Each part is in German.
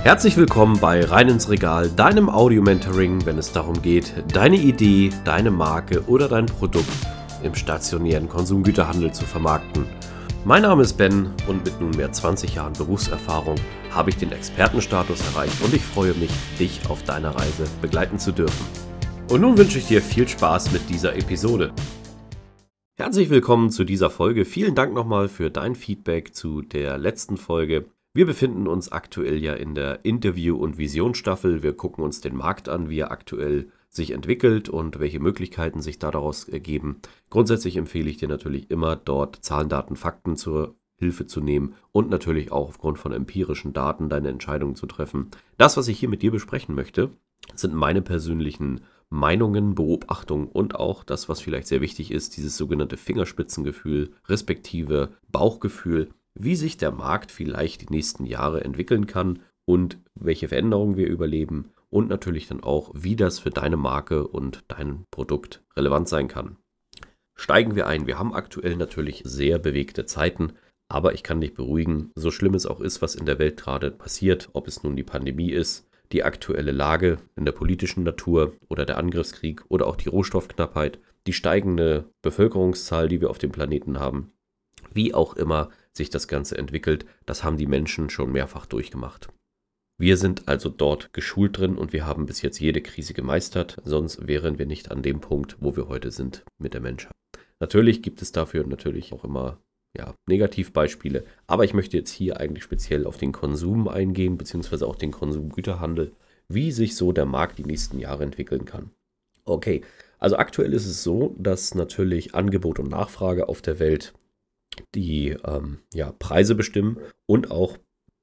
Herzlich willkommen bei Rein ins Regal, deinem Audio-Mentoring, wenn es darum geht, deine Idee, deine Marke oder dein Produkt im stationären Konsumgüterhandel zu vermarkten. Mein Name ist Ben und mit nunmehr 20 Jahren Berufserfahrung habe ich den Expertenstatus erreicht und ich freue mich, dich auf deiner Reise begleiten zu dürfen. Und nun wünsche ich dir viel Spaß mit dieser Episode. Herzlich willkommen zu dieser Folge. Vielen Dank nochmal für dein Feedback zu der letzten Folge. Wir befinden uns aktuell ja in der Interview- und Visionsstaffel. Wir gucken uns den Markt an, wie er aktuell sich entwickelt und welche Möglichkeiten sich daraus ergeben. Grundsätzlich empfehle ich dir natürlich immer, dort Zahlen, Daten, Fakten zur Hilfe zu nehmen und natürlich auch aufgrund von empirischen Daten deine Entscheidungen zu treffen. Das, was ich hier mit dir besprechen möchte, sind meine persönlichen Meinungen, Beobachtungen und auch das, was vielleicht sehr wichtig ist, dieses sogenannte Fingerspitzengefühl, respektive Bauchgefühl, wie sich der Markt vielleicht die nächsten Jahre entwickeln kann und welche Veränderungen wir überleben und natürlich dann auch, wie das für deine Marke und dein Produkt relevant sein kann. Steigen wir ein. Wir haben aktuell natürlich sehr bewegte Zeiten, aber ich kann dich beruhigen, so schlimm es auch ist, was in der Welt gerade passiert, ob es nun die Pandemie ist, die aktuelle Lage in der politischen Natur oder der Angriffskrieg oder auch die Rohstoffknappheit, die steigende Bevölkerungszahl, die wir auf dem Planeten haben, wie auch immer sich das Ganze entwickelt, das haben die Menschen schon mehrfach durchgemacht. Wir sind also dort geschult drin und wir haben bis jetzt jede Krise gemeistert, sonst wären wir nicht an dem Punkt, wo wir heute sind mit der Menschheit. Natürlich gibt es dafür natürlich auch immer Negativbeispiele, aber ich möchte jetzt hier eigentlich speziell auf den Konsum eingehen, beziehungsweise auch den Konsumgüterhandel, wie sich so der Markt die nächsten Jahre entwickeln kann. Okay, also aktuell ist es so, dass natürlich Angebot und Nachfrage auf der Welt die Preise bestimmen und auch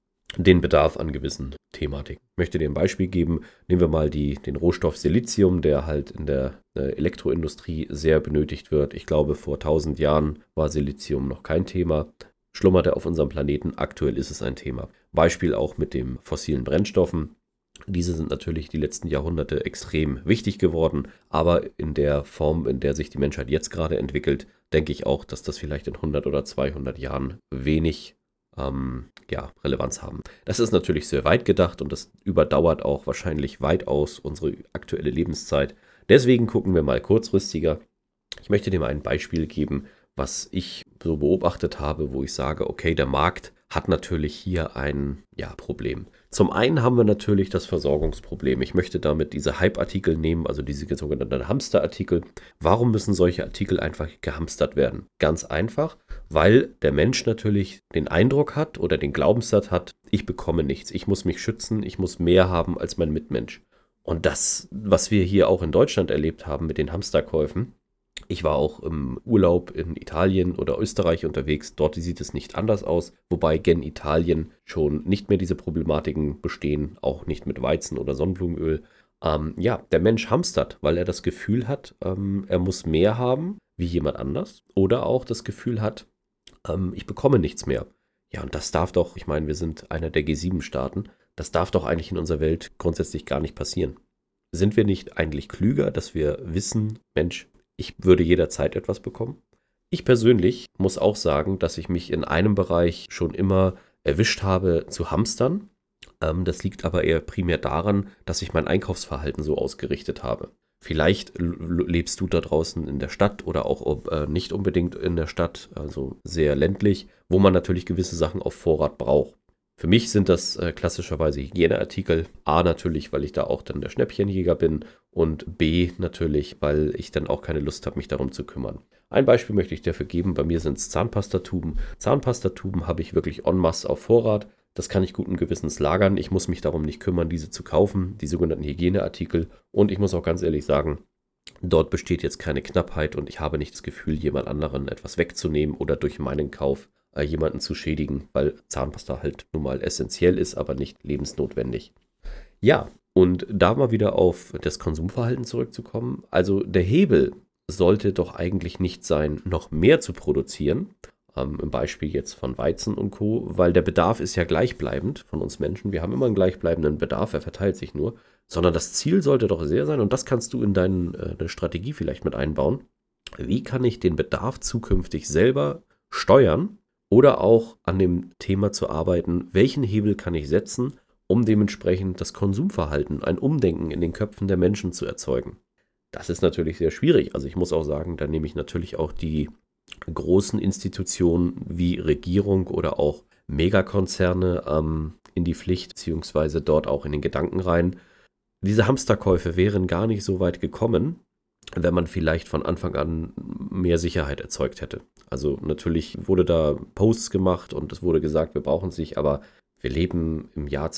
den Bedarf an gewissen Thematiken. Ich möchte dir ein Beispiel geben. Nehmen wir mal den Rohstoff Silizium, der halt in der Elektroindustrie sehr benötigt wird. Ich glaube, vor 1000 Jahren war Silizium noch kein Thema. Schlummerte auf unserem Planeten. Aktuell ist es ein Thema. Beispiel auch mit den fossilen Brennstoffen. Diese sind natürlich die letzten Jahrhunderte extrem wichtig geworden, aber in der Form, in der sich die Menschheit jetzt gerade entwickelt, denke ich auch, dass das vielleicht in 100 oder 200 Jahren wenig Relevanz haben. Das ist natürlich sehr weit gedacht und das überdauert auch wahrscheinlich weitaus unsere aktuelle Lebenszeit. Deswegen gucken wir mal kurzfristiger. Ich möchte dir mal ein Beispiel geben, was ich so beobachtet habe, wo ich sage, okay, der Markt hat natürlich hier ein Problem. Zum einen haben wir natürlich das Versorgungsproblem. Ich möchte damit diese Hype-Artikel nehmen, also diese sogenannten Hamster-Artikel. Warum müssen solche Artikel einfach gehamstert werden? Ganz einfach, weil der Mensch natürlich den Eindruck hat oder den Glaubenssatz hat, ich bekomme nichts, ich muss mich schützen, ich muss mehr haben als mein Mitmensch. Und das, was wir hier auch in Deutschland erlebt haben mit den Hamsterkäufen, ich war auch im Urlaub in Italien oder Österreich unterwegs. Dort sieht es nicht anders aus, wobei gen Italien schon nicht mehr diese Problematiken bestehen, auch nicht mit Weizen oder Sonnenblumenöl. Der Mensch hamstert, weil er das Gefühl hat, er muss mehr haben wie jemand anders oder auch das Gefühl hat, ich bekomme nichts mehr. Ja, und das darf doch, ich meine, wir sind einer der G7-Staaten, das darf doch eigentlich in unserer Welt grundsätzlich gar nicht passieren. Sind wir nicht eigentlich klüger, dass wir wissen, Mensch, ich würde jederzeit etwas bekommen? Ich persönlich muss auch sagen, dass ich mich in einem Bereich schon immer erwischt habe zu hamstern. Das liegt aber eher primär daran, dass ich mein Einkaufsverhalten so ausgerichtet habe. Vielleicht lebst du da draußen in der Stadt oder auch nicht unbedingt in der Stadt, also sehr ländlich, wo man natürlich gewisse Sachen auf Vorrat braucht. Für mich sind das klassischerweise Hygieneartikel. A natürlich, weil ich da auch dann der Schnäppchenjäger bin und B natürlich, weil ich dann auch keine Lust habe, mich darum zu kümmern. Ein Beispiel möchte ich dafür geben. Bei mir sind es Zahnpastatuben. Zahnpastatuben habe ich wirklich en masse auf Vorrat. Das kann ich guten Gewissens lagern. Ich muss mich darum nicht kümmern, diese zu kaufen, die sogenannten Hygieneartikel. Und ich muss auch ganz ehrlich sagen, dort besteht jetzt keine Knappheit und ich habe nicht das Gefühl, jemand anderen etwas wegzunehmen oder durch meinen Kauf jemanden zu schädigen, weil Zahnpasta halt nun mal essentiell ist, aber nicht lebensnotwendig. Ja, und da mal wieder auf das Konsumverhalten zurückzukommen. Also der Hebel sollte doch eigentlich nicht sein, noch mehr zu produzieren, im Beispiel jetzt von Weizen und Co., weil der Bedarf ist ja gleichbleibend von uns Menschen. Wir haben immer einen gleichbleibenden Bedarf, er verteilt sich nur, sondern das Ziel sollte doch sehr sein, und das kannst du in deine Strategie vielleicht mit einbauen. Wie kann ich den Bedarf zukünftig selber steuern oder auch an dem Thema zu arbeiten, welchen Hebel kann ich setzen, um dementsprechend das Konsumverhalten, ein Umdenken in den Köpfen der Menschen zu erzeugen. Das ist natürlich sehr schwierig. Also ich muss auch sagen, da nehme ich natürlich auch die großen Institutionen wie Regierung oder auch Megakonzerne in die Pflicht, beziehungsweise dort auch in den Gedanken rein. Diese Hamsterkäufe wären gar nicht so weit gekommen, wenn man vielleicht von Anfang an mehr Sicherheit erzeugt hätte. Also natürlich wurde da Posts gemacht und es wurde gesagt, wir brauchen es nicht, aber wir leben im Jahr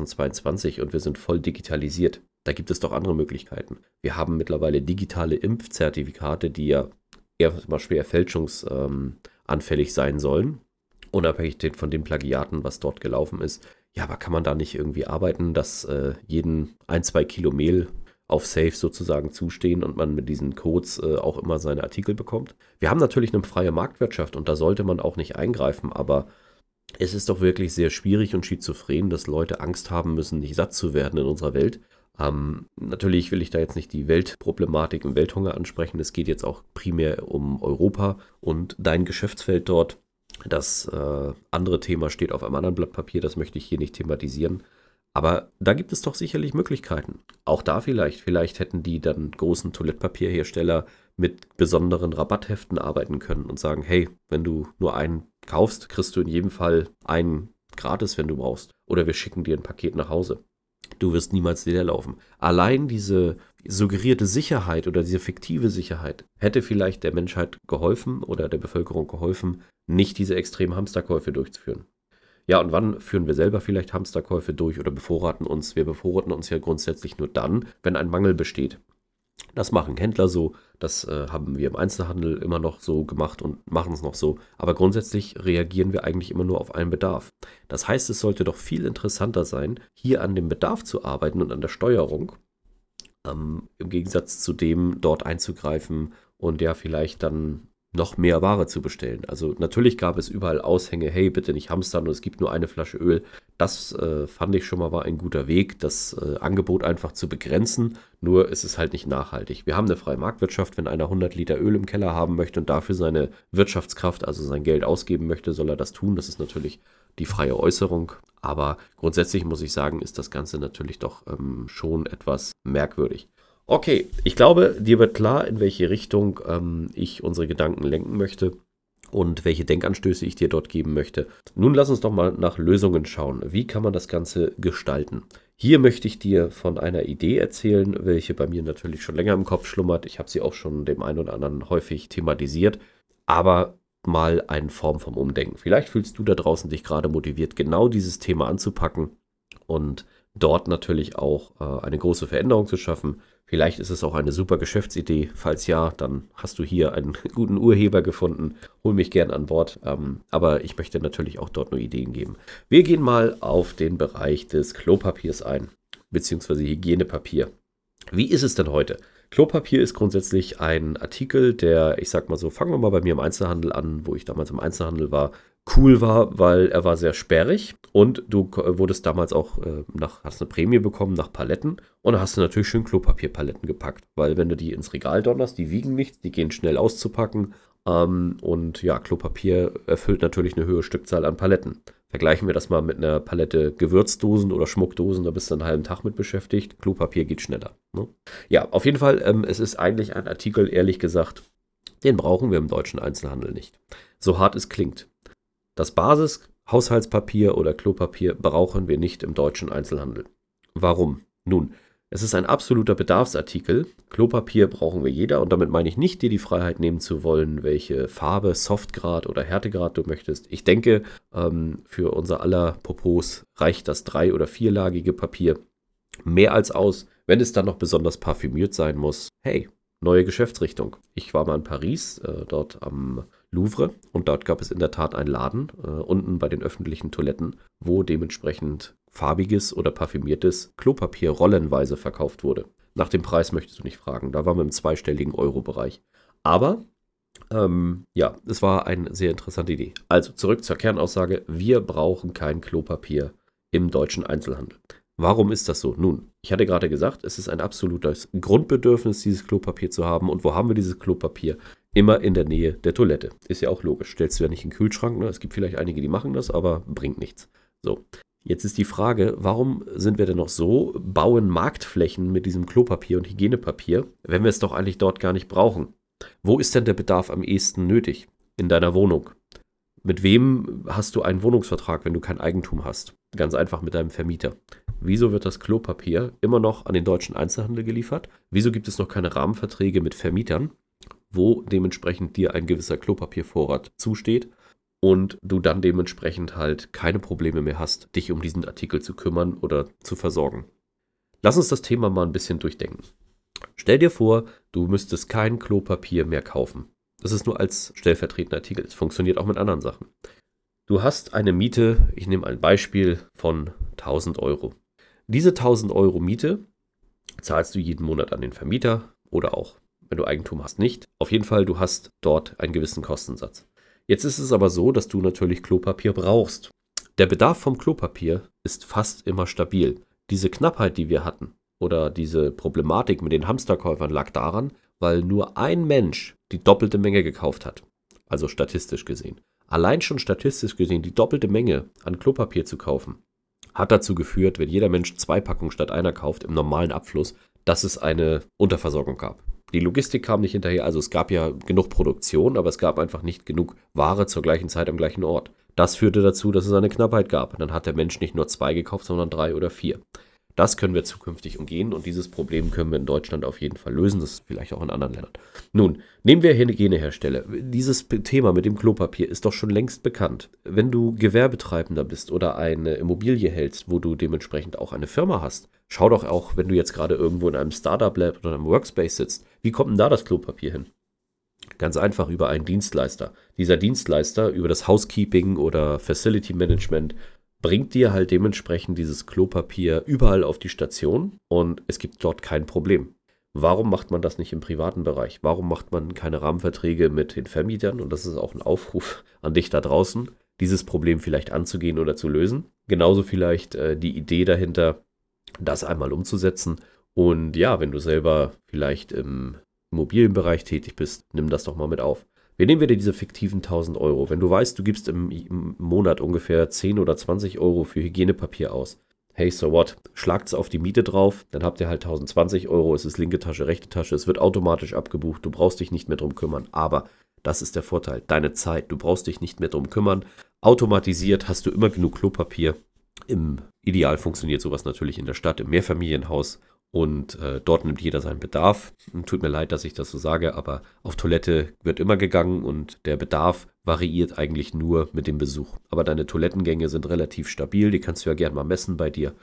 2022 und wir sind voll digitalisiert. Da gibt es doch andere Möglichkeiten. Wir haben mittlerweile digitale Impfzertifikate, die ja erstmal schwer fälschungsanfällig sein sollen, unabhängig von den Plagiaten, was dort gelaufen ist. Ja, aber kann man da nicht irgendwie arbeiten, dass jeden 1-2 Kilo Mehl auf Safe sozusagen zustehen und man mit diesen Codes auch immer seine Artikel bekommt? Wir haben natürlich eine freie Marktwirtschaft und da sollte man auch nicht eingreifen, aber es ist doch wirklich sehr schwierig und schizophren, dass Leute Angst haben müssen, nicht satt zu werden in unserer Welt. Natürlich will ich da jetzt nicht die Weltproblematik im Welthunger ansprechen. Es geht jetzt auch primär um Europa und dein Geschäftsfeld dort. Das andere Thema steht auf einem anderen Blatt Papier, das möchte ich hier nicht thematisieren. Aber da gibt es doch sicherlich Möglichkeiten. Auch da vielleicht hätten die dann großen Toilettpapierhersteller mit besonderen Rabattheften arbeiten können und sagen, hey, wenn du nur einen kaufst, kriegst du in jedem Fall einen gratis, wenn du brauchst. Oder wir schicken dir ein Paket nach Hause. Du wirst niemals leer laufen. Allein diese suggerierte Sicherheit oder diese fiktive Sicherheit hätte vielleicht der Menschheit geholfen oder der Bevölkerung geholfen, nicht diese extremen Hamsterkäufe durchzuführen. Ja, und wann führen wir selber vielleicht Hamsterkäufe durch oder bevorraten uns? Wir bevorraten uns ja grundsätzlich nur dann, wenn ein Mangel besteht. Das machen Händler so, das haben wir im Einzelhandel immer noch so gemacht und machen es noch so. Aber grundsätzlich reagieren wir eigentlich immer nur auf einen Bedarf. Das heißt, es sollte doch viel interessanter sein, hier an dem Bedarf zu arbeiten und an der Steuerung, im Gegensatz zu dem dort einzugreifen und ja vielleicht dann noch mehr Ware zu bestellen. Also natürlich gab es überall Aushänge, hey, bitte nicht hamstern und es gibt nur eine Flasche Öl. Das fand ich schon mal war ein guter Weg, das Angebot einfach zu begrenzen. Nur ist es halt nicht nachhaltig. Wir haben eine freie Marktwirtschaft. Wenn einer 100 Liter Öl im Keller haben möchte und dafür seine Wirtschaftskraft, also sein Geld ausgeben möchte, soll er das tun. Das ist natürlich die freie Äußerung. Aber grundsätzlich muss ich sagen, ist das Ganze natürlich doch schon etwas merkwürdig. Okay, ich glaube, dir wird klar, in welche Richtung ich unsere Gedanken lenken möchte und welche Denkanstöße ich dir dort geben möchte. Nun lass uns doch mal nach Lösungen schauen. Wie kann man das Ganze gestalten? Hier möchte ich dir von einer Idee erzählen, welche bei mir natürlich schon länger im Kopf schlummert. Ich habe sie auch schon dem einen oder anderen häufig thematisiert, aber mal eine Form vom Umdenken. Vielleicht fühlst du da draußen dich gerade motiviert, genau dieses Thema anzupacken und dort natürlich auch eine große Veränderung zu schaffen. Vielleicht ist es auch eine super Geschäftsidee. Falls ja, dann hast du hier einen guten Urheber gefunden. Hol mich gern an Bord. Aber ich möchte natürlich auch dort nur Ideen geben. Wir gehen mal auf den Bereich des Klopapiers ein, beziehungsweise Hygienepapier. Wie ist es denn heute? Klopapier ist grundsätzlich ein Artikel, der, ich sag mal so, fangen wir mal bei mir im Einzelhandel an, wo ich damals im Einzelhandel war, cool war, weil er war sehr sperrig und du wurdest damals auch hast eine Prämie bekommen nach Paletten und da hast du natürlich schön Klopapierpaletten gepackt, weil wenn du die ins Regal donnerst, die wiegen nichts, die gehen schnell auszupacken und ja, Klopapier erfüllt natürlich eine höhere Stückzahl an Paletten. Vergleichen wir das mal mit einer Palette Gewürzdosen oder Schmuckdosen, da bist du einen halben Tag mit beschäftigt. Klopapier geht schneller. Ne? Ja, auf jeden Fall, es ist eigentlich ein Artikel, ehrlich gesagt, den brauchen wir im deutschen Einzelhandel nicht. So hart es klingt. Das Basis-Haushaltspapier oder Klopapier brauchen wir nicht im deutschen Einzelhandel. Warum? Nun, es ist ein absoluter Bedarfsartikel. Klopapier brauchen wir jeder und damit meine ich nicht, dir die Freiheit nehmen zu wollen, welche Farbe, Softgrad oder Härtegrad du möchtest. Ich denke, für unser aller Popos reicht das 3- oder 4-lagige Papier mehr als aus. Wenn es dann noch besonders parfümiert sein muss, hey, neue Geschäftsrichtung. Ich war mal in Paris, dort am Louvre und dort gab es in der Tat einen Laden unten bei den öffentlichen Toiletten, wo dementsprechend farbiges oder parfümiertes Klopapier rollenweise verkauft wurde. Nach dem Preis möchtest du nicht fragen, da waren wir im zweistelligen Euro-Bereich. Aber ja, es war eine sehr interessante Idee. Also zurück zur Kernaussage, wir brauchen kein Klopapier im deutschen Einzelhandel. Warum ist das so? Nun, ich hatte gerade gesagt, es ist ein absolutes Grundbedürfnis, dieses Klopapier zu haben. Und wo haben wir dieses Klopapier? Immer in der Nähe der Toilette. Ist ja auch logisch. Stellst du ja nicht in den Kühlschrank. Ne? Es gibt vielleicht einige, die machen das, aber bringt nichts. So. Jetzt ist die Frage, warum sind wir denn noch so, bauen Marktflächen mit diesem Klopapier und Hygienepapier, wenn wir es doch eigentlich dort gar nicht brauchen? Wo ist denn der Bedarf am ehesten nötig? In deiner Wohnung. Mit wem hast du einen Wohnungsvertrag, wenn du kein Eigentum hast? Ganz einfach mit deinem Vermieter. Wieso wird das Klopapier immer noch an den deutschen Einzelhandel geliefert? Wieso gibt es noch keine Rahmenverträge mit Vermietern, wo dementsprechend dir ein gewisser Klopapiervorrat zusteht und du dann dementsprechend halt keine Probleme mehr hast, dich um diesen Artikel zu kümmern oder zu versorgen? Lass uns das Thema mal ein bisschen durchdenken. Stell dir vor, du müsstest kein Klopapier mehr kaufen. Das ist nur als stellvertretender Artikel. Es funktioniert auch mit anderen Sachen. Du hast eine Miete, ich nehme ein Beispiel von 1000 Euro. Diese 1000 Euro Miete zahlst du jeden Monat an den Vermieter oder auch, wenn du Eigentum hast, nicht. Auf jeden Fall, du hast dort einen gewissen Kostensatz. Jetzt ist es aber so, dass du natürlich Klopapier brauchst. Der Bedarf vom Klopapier ist fast immer stabil. Diese Knappheit, die wir hatten, oder diese Problematik mit den Hamsterkäufern lag daran, weil nur ein Mensch die doppelte Menge gekauft hat. Also statistisch gesehen. Allein schon statistisch gesehen die doppelte Menge an Klopapier zu kaufen, hat dazu geführt, wenn jeder Mensch 2 Packungen statt einer kauft im normalen Abfluss, dass es eine Unterversorgung gab. Die Logistik kam nicht hinterher, also es gab ja genug Produktion, aber es gab einfach nicht genug Ware zur gleichen Zeit am gleichen Ort. Das führte dazu, dass es eine Knappheit gab. Dann hat der Mensch nicht nur 2 gekauft, sondern 3 oder 4. Das können wir zukünftig umgehen und dieses Problem können wir in Deutschland auf jeden Fall lösen, das ist vielleicht auch in anderen Ländern. Nun, nehmen wir Hygienehersteller. Dieses Thema mit dem Klopapier ist doch schon längst bekannt. Wenn du Gewerbetreibender bist oder eine Immobilie hältst, wo du dementsprechend auch eine Firma hast, schau doch auch, wenn du jetzt gerade irgendwo in einem Startup-Lab oder einem Workspace sitzt, wie kommt denn da das Klopapier hin? Ganz einfach über einen Dienstleister. Dieser Dienstleister über das Housekeeping oder Facility Management bringt dir halt dementsprechend dieses Klopapier überall auf die Station und es gibt dort kein Problem. Warum macht man das nicht im privaten Bereich? Warum macht man keine Rahmenverträge mit den Vermietern? Und das ist auch ein Aufruf an dich da draußen, dieses Problem vielleicht anzugehen oder zu lösen. Genauso vielleicht die Idee dahinter, das einmal umzusetzen. Und ja, wenn du selber vielleicht im Immobilienbereich tätig bist, nimm das doch mal mit auf. Wir nehmen wieder diese fiktiven 1000 Euro. Wenn du weißt, du gibst im Monat ungefähr 10 oder 20 Euro für Hygienepapier aus. Hey, so what? Schlagt's auf die Miete drauf, dann habt ihr halt 1020 Euro. Es ist linke Tasche, rechte Tasche. Es wird automatisch abgebucht. Du brauchst dich nicht mehr drum kümmern. Aber das ist der Vorteil. Deine Zeit. Du brauchst dich nicht mehr drum kümmern. Automatisiert hast du immer genug Klopapier. Im Ideal funktioniert sowas natürlich in der Stadt, im Mehrfamilienhaus. Und dort nimmt jeder seinen Bedarf. Tut mir leid, dass ich das so sage, aber auf Toilette wird immer gegangen und der Bedarf variiert eigentlich nur mit dem Besuch. Aber deine Toilettengänge sind relativ stabil, die kannst du ja gerne mal messen bei dir.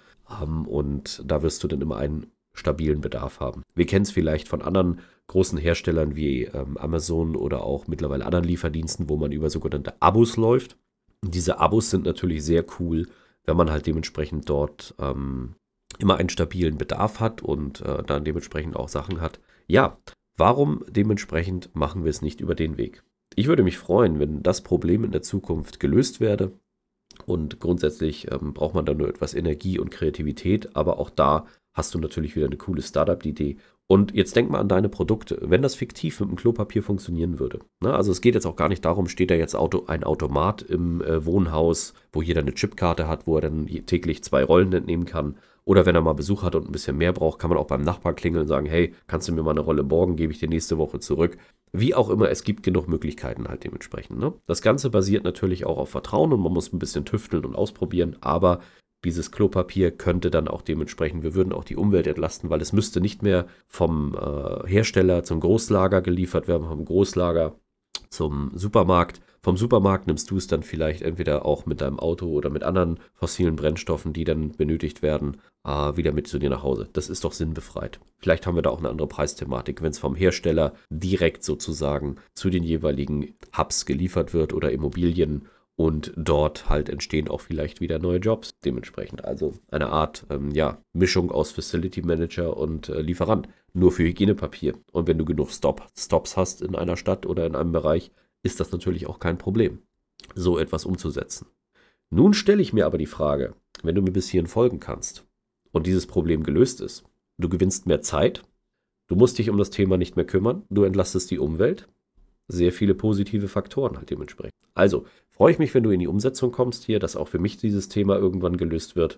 Und da wirst du dann immer einen stabilen Bedarf haben. Wir kennen es vielleicht von anderen großen Herstellern wie Amazon oder auch mittlerweile anderen Lieferdiensten, wo man über sogenannte Abos läuft. Und diese Abos sind natürlich sehr cool, wenn man halt dementsprechend dort immer einen stabilen Bedarf hat und dann dementsprechend auch Sachen hat. Ja, warum dementsprechend machen wir es nicht über den Weg? Ich würde mich freuen, wenn das Problem in der Zukunft gelöst werde und grundsätzlich braucht man da nur etwas Energie und Kreativität, aber auch da hast du natürlich wieder eine coole Startup-Idee. Und jetzt denk mal an deine Produkte, wenn das fiktiv mit dem Klopapier funktionieren würde. Ne? Also es geht jetzt auch gar nicht darum, steht da jetzt ein Automat im Wohnhaus, wo jeder eine Chipkarte hat, wo er dann täglich 2 Rollen entnehmen kann. Oder wenn er mal Besuch hat und ein bisschen mehr braucht, kann man auch beim Nachbar klingeln und sagen, hey, kannst du mir mal eine Rolle borgen, gebe ich dir nächste Woche zurück. Wie auch immer, es gibt genug Möglichkeiten halt dementsprechend. Ne? Das Ganze basiert natürlich auch auf Vertrauen und man muss ein bisschen tüfteln und ausprobieren, aber dieses Klopapier könnte dann auch dementsprechend, wir würden auch die Umwelt entlasten, weil es müsste nicht mehr vom Hersteller zum Großlager geliefert werden, vom Großlager zum Supermarkt. Vom Supermarkt nimmst du es dann vielleicht entweder auch mit deinem Auto oder mit anderen fossilen Brennstoffen, die dann benötigt werden, wieder mit zu dir nach Hause. Das ist doch sinnbefreit. Vielleicht haben wir da auch eine andere Preisthematik, wenn es vom Hersteller direkt sozusagen zu den jeweiligen Hubs geliefert wird oder Immobilien und dort halt entstehen auch vielleicht wieder neue Jobs dementsprechend. Also eine Art Mischung aus Facility Manager und Lieferant, nur für Hygienepapier. Und wenn du genug Stops hast in einer Stadt oder in einem Bereich, ist das natürlich auch kein Problem, so etwas umzusetzen. Nun stelle ich mir aber die Frage, wenn du mir bis hierhin folgen kannst und dieses Problem gelöst ist, du gewinnst mehr Zeit, du musst dich um das Thema nicht mehr kümmern, du entlastest die Umwelt, sehr viele positive Faktoren halt dementsprechend. Also, freue ich mich, wenn du in die Umsetzung kommst hier, dass auch für mich dieses Thema irgendwann gelöst wird.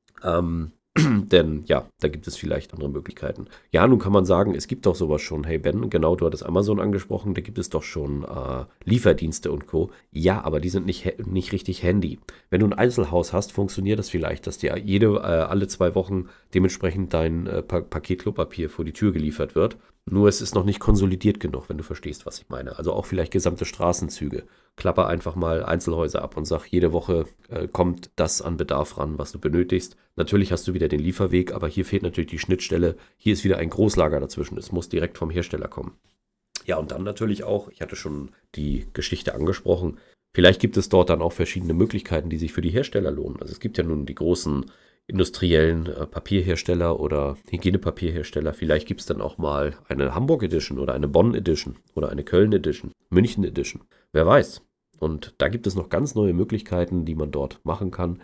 Denn ja, da gibt es vielleicht andere Möglichkeiten. Ja, nun kann man sagen, es gibt doch sowas schon. Hey Ben, genau, du hattest Amazon angesprochen, da gibt es doch schon Lieferdienste und Co. Ja, aber die sind nicht richtig handy. Wenn du ein Einzelhaus hast, funktioniert das vielleicht, dass dir alle 2 Wochen dementsprechend dein Paket Klopapier vor die Tür geliefert wird. Nur es ist noch nicht konsolidiert genug, wenn du verstehst, was ich meine. Also auch vielleicht gesamte Straßenzüge. Klappe einfach mal Einzelhäuser ab und sag, jede Woche kommt das an Bedarf ran, was du benötigst. Natürlich hast du wieder den Lieferweg, aber hier fehlt natürlich die Schnittstelle. Hier ist wieder ein Großlager dazwischen. Es muss direkt vom Hersteller kommen. Ja, und dann natürlich auch, ich hatte schon die Geschichte angesprochen, vielleicht gibt es dort dann auch verschiedene Möglichkeiten, die sich für die Hersteller lohnen. Also es gibt ja nun die großen industriellen Papierhersteller oder Hygienepapierhersteller. Vielleicht gibt es dann auch mal eine Hamburg Edition oder eine Bonn Edition oder eine Köln Edition, München Edition. Wer weiß. Und da gibt es noch ganz neue Möglichkeiten, die man dort machen kann.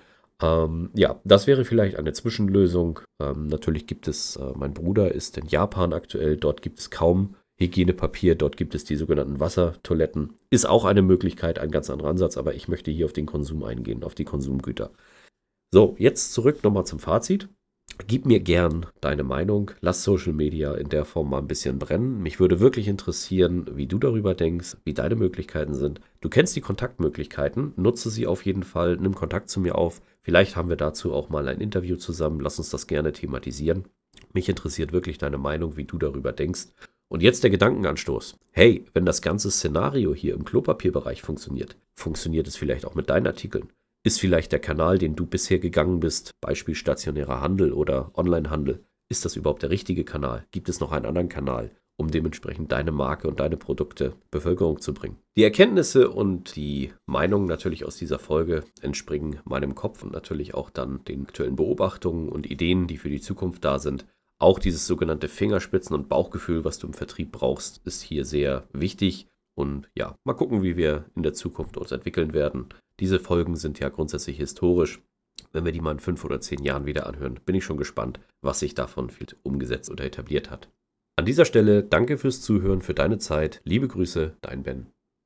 Ja, das wäre vielleicht eine Zwischenlösung. Natürlich gibt es, mein Bruder ist in Japan aktuell, dort gibt es kaum Hygienepapier, dort gibt es die sogenannten Wassertoiletten. Ist auch eine Möglichkeit, ein ganz anderer Ansatz, aber ich möchte hier auf den Konsum eingehen, auf die Konsumgüter. So, jetzt zurück nochmal zum Fazit. Gib mir gern deine Meinung. Lass Social Media in der Form mal ein bisschen brennen. Mich würde wirklich interessieren, wie du darüber denkst, wie deine Möglichkeiten sind. Du kennst die Kontaktmöglichkeiten. Nutze sie auf jeden Fall. Nimm Kontakt zu mir auf. Vielleicht haben wir dazu auch mal ein Interview zusammen. Lass uns das gerne thematisieren. Mich interessiert wirklich deine Meinung, wie du darüber denkst. Und jetzt der Gedankenanstoß. Hey, wenn das ganze Szenario hier im Klopapierbereich funktioniert, funktioniert es vielleicht auch mit deinen Artikeln? Ist vielleicht der Kanal, den du bisher gegangen bist, Beispiel stationärer Handel oder Onlinehandel, ist das überhaupt der richtige Kanal? Gibt es noch einen anderen Kanal, um dementsprechend deine Marke und deine Produkte Bevölkerung zu bringen? Die Erkenntnisse und die Meinungen natürlich aus dieser Folge entspringen meinem Kopf und natürlich auch dann den aktuellen Beobachtungen und Ideen, die für die Zukunft da sind. Auch dieses sogenannte Fingerspitzen- und Bauchgefühl, was du im Vertrieb brauchst, ist hier sehr wichtig. Und ja, mal gucken, wie wir in der Zukunft uns entwickeln werden. Diese Folgen sind ja grundsätzlich historisch. Wenn wir die mal in 5 oder 10 Jahren wieder anhören, bin ich schon gespannt, was sich davon viel umgesetzt oder etabliert hat. An dieser Stelle danke fürs Zuhören, für deine Zeit. Liebe Grüße, dein Ben.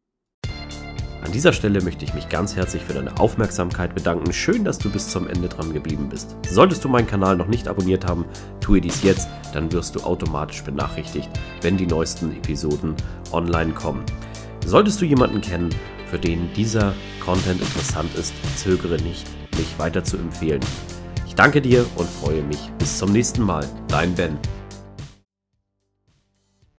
An dieser Stelle möchte ich mich ganz herzlich für deine Aufmerksamkeit bedanken. Schön, dass du bis zum Ende dran geblieben bist. Solltest du meinen Kanal noch nicht abonniert haben, tue dies jetzt, dann wirst du automatisch benachrichtigt, wenn die neuesten Episoden online kommen. Solltest du jemanden kennen, für den dieser Content interessant ist, zögere nicht, mich weiter zu empfehlen. Ich danke dir und freue mich. Bis zum nächsten Mal. Dein Ben.